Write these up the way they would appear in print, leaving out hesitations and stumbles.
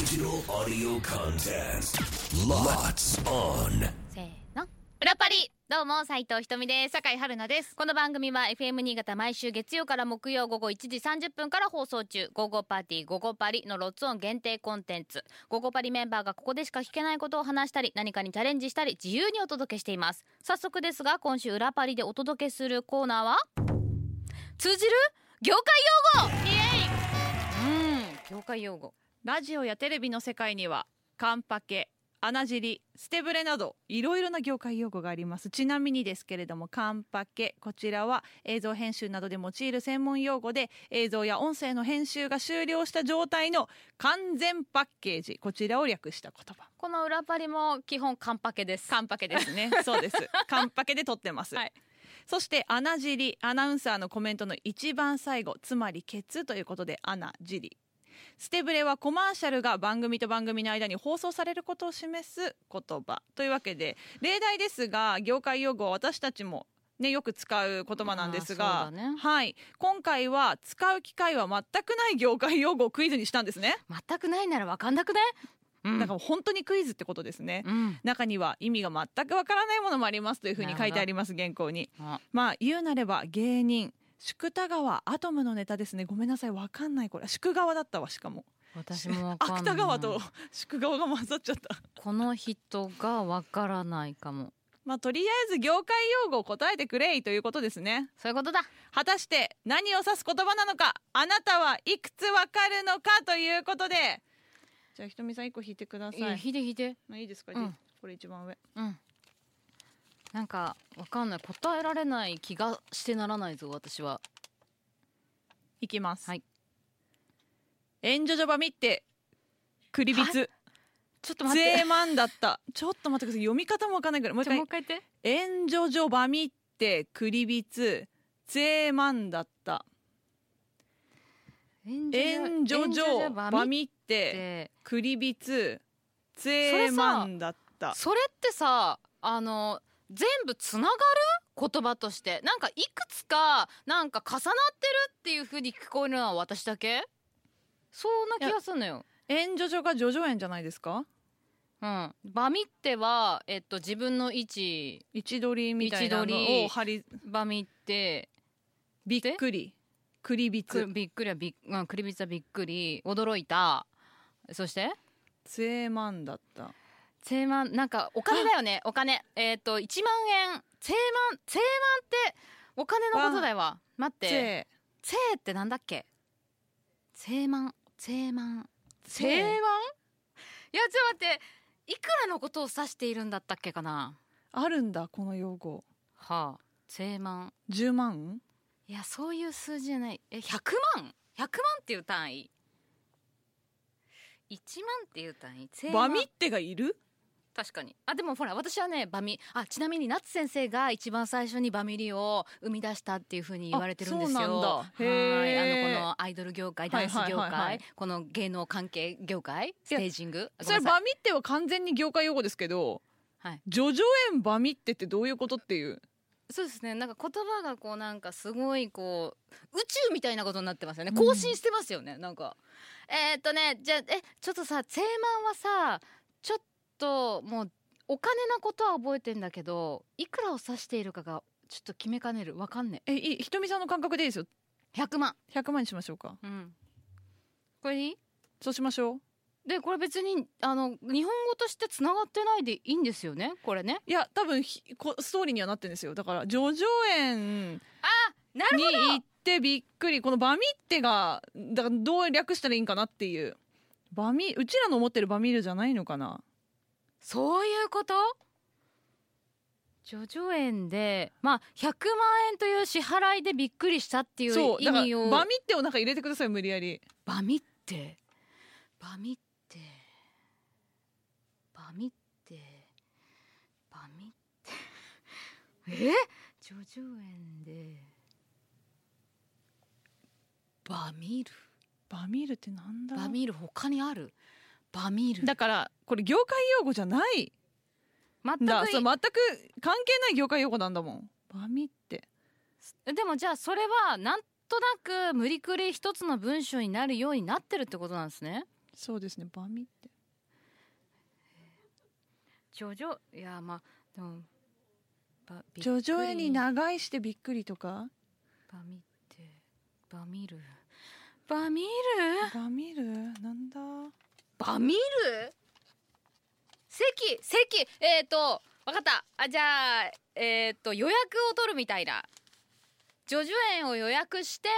Digital audio contest. Lots on. せーの、裏パリ。どうも斉藤ひとみです。酒井春奈です。この番組は FM 新潟毎週月曜から木曜午後1時30分から放送中、午後パーティー午後パリのロッツオン限定コンテンツ。午後パリメンバーがここでしか聞けないことを話したり、何かにチャレンジしたり、自由にお届けしています。早速ですが、今週裏パリでお届けするコーナーは通じる業界用語。イエイ。業界用語。 ラジオやテレビの世界にはカンパケ、穴尻、ステブレなどいろいろな業界用語があります。ちなみにですけれども、カンパケ、こちらは映像編集などで用いる専門用語で、映像や音声の編集が終了した状態の完全パッケージ、こちらを略した言葉。 この裏パリも基本カンパケです。 カンパケですね。そうです。カンパケで撮ってます、はい。そして穴尻、アナウンサーのコメントの一番最後、つまりケツということで穴尻。ステブレはコマーシャルが番組と番組の間に放送されることを示す言葉というわけで、例題ですが業界用語は私たちも、ね、よく使う言葉なんですが、 ね、 はい、今回は使う機会は全くない業界用語をクイズにしたんですね。 全くないなら分かんなくね、 だから本当にクイズってことですね、中には意味が全くわからないものもありますというふうに書いてあります。原稿に、まあ言うなれば芸人宿田川アトムのネタですね。ごめんなさい、わかんない。これ宿川だったわ。しかも私もわかんない。 芥川と宿川が混ざっちゃった。 この人がわからないかも。 まあとりあえず業界用語を答えてくれいということですね。 そういうことだ。 果たして何を指す言葉なのか、あなたはいくつわかるのかということで、じゃあひとみさん1個引いてください。 引いて、 まあ、いいですか、これ一番上。 なんかわかんない。答えられない気がしてならないぞ私は。 いきます。 はい。 援助ジョバミってクリビツ。 ちょっと待って。 ゼーマンだった。ちょっと待ってください。読み方もわかんないから。もう一回言って。 援助ジョバミってクリビツゼーマンだった。援助ジョバミってクリビツゼーマンだった。 それってさ、全部つながる言葉としてなんかいくつかなんか重なってるっていう風に聞こえるのは私だけ？そんな気がするのよ。 援助所がジョジョ園じゃないですか？ バミっては自分の位置取りみたいなのをバミってびっくりクリビツびっくりはクリビツはびっくり驚いた。そしてゼーマンだった。 ゼーマンなんかお金だよね。お金1万円。ゼーマンってお金のことだよ。待ってゼーってなんだっけ？ゼーマンいやちょっと待っていくらのことを指しているんだったっけかな。 あるんだこの用語。 ゼーマン 10万？ いやそういう数字じゃない。100万っていう単位。1万っていう単位。 バミってがいる？ 確かに。でもほら私はねバミちなみに夏先生が一番最初にバミリを生み出したっていう風に言われてるんですよ。 そうなんだ。 はいこのアイドル業界、ダンス業界、この芸能関係業界、ステージング。 それバミっては完全に業界用語ですけど、ジョジョ園バミってどういうことっていう。 そうですね。なんか言葉がこうなんかすごいこう宇宙みたいなことになってますよね。更新してますよね。なんかじゃあちょっとさゼーマンはさちょっともうお金なことは覚えてんだけどいくらを指しているかがちょっと決めかねる。わかんねえ。 ひとみさんの感覚でいいですよ。 100万にしましょうか。 これでいい？ そうしましょう。 でこれ別に日本語としてつながってないでいいんですよねこれね。 いや多分ストーリーにはなってるんですよ。だからジョジョ園に行ってびっくり。このバミってがだからどう略したらいいんかなっていう。バミうちらの思ってるバミルじゃないのかな。 そういうこと？ジョジョ園で100万円という支払いでびっくりしたっていう意味を。 バミってをなんか入れてください無理やり。 バミってジョジョ園でバミルってなんだ。バミル他にある？バミルだからこれ業界用語じゃない。全く関係ない業界用語なんだもん。バミって。 でもじゃあそれはなんとなく無理くり一つの文章になるようになってるってことなんですね。 そうですね、バミってジョジョ、いやまあでもジョジョ園に長居してびっくりとか。 バミってバミるバミるバミるなんだ。 バミる席わかった。あ、じゃあ予約を取るみたいな。ジョジョ園を予約して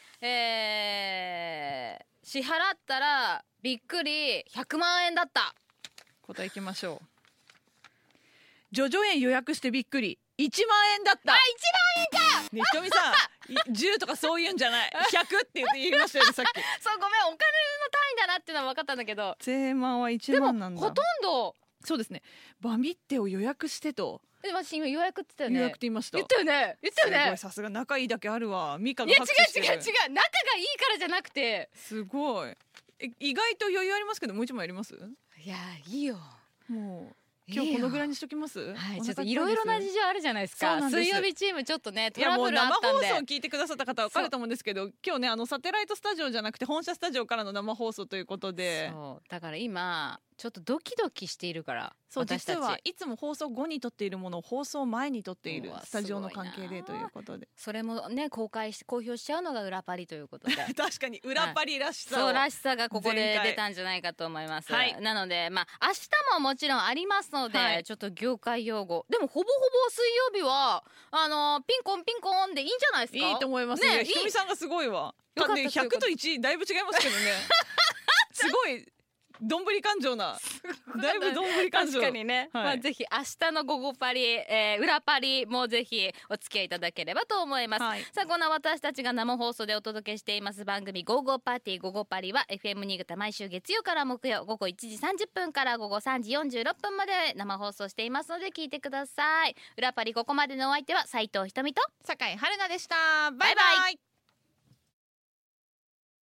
支払ったらびっくり100万円だった。 答えいきましょう。ジョジョ園予約してびっくり1万円だった。 あ、1万円か。 ね、ひとみさん10とかそういうんじゃない100って言いましたよねさっき。 そう、ごめん、お金の単位だなっていうのは分かったんだけど、 税満は1万なんだ。 でもほとんど。 そうですね、バミッテを予約してと。 私今予約って言ったよね。 予約って言いました。 言ったよね。言ったよね。 すごい、さすが仲いいだけあるわ。ミカがいや、違拍手してる。 う仲がいいからじゃなくて、 すごい。意外と余裕ありますけど、もう一枚やります？ いやいいよ。 もう今日このぐらいにしときます？ はい、 お腹ちょっといろいろな事情あるじゃないですか。 そうなんです。 水曜日チームちょっとねトいやもうラブルあったんで。 生放送聞いてくださった方は分かると思うんですけど、今日ねサテライトスタジオじゃなくて本社スタジオからの生放送ということで、 そうだから今ちょっとドキドキしているから。 そう、 私たち実はいつも放送後に撮っているものを放送前に撮っているうわスタジオの関係でということで、 それもね公表しちゃうのが裏パリということで確かに裏パリらしさを、 そうらしさがここで出たんじゃないかと思います、 はい、 なのでまあ明日ももちろんありますので、はい、ちょっと業界用語でもほぼほぼ水曜日はピンコンピンコンでいいんじゃないですか。 いいと思いますね。ひとみさんがすごいわ。だって100と1だいぶ違いますけどねすごいどんぶり感情な、だいぶどんぶり感情。 確かにね、 はい、 まあ、ぜひ明日の午後パリ、裏パリもぜひお付き合いいただければと思います、はい、さあこんな私たちが生放送でお届けしています番組ゴーゴーパーティーゴゴパリは FM 新潟毎週月曜から木曜午後1時30分から午後3時46分まで生放送していますので聞いてください。裏パリここまでのお相手は斉藤ひとみと酒井春菜でした。バイバイ。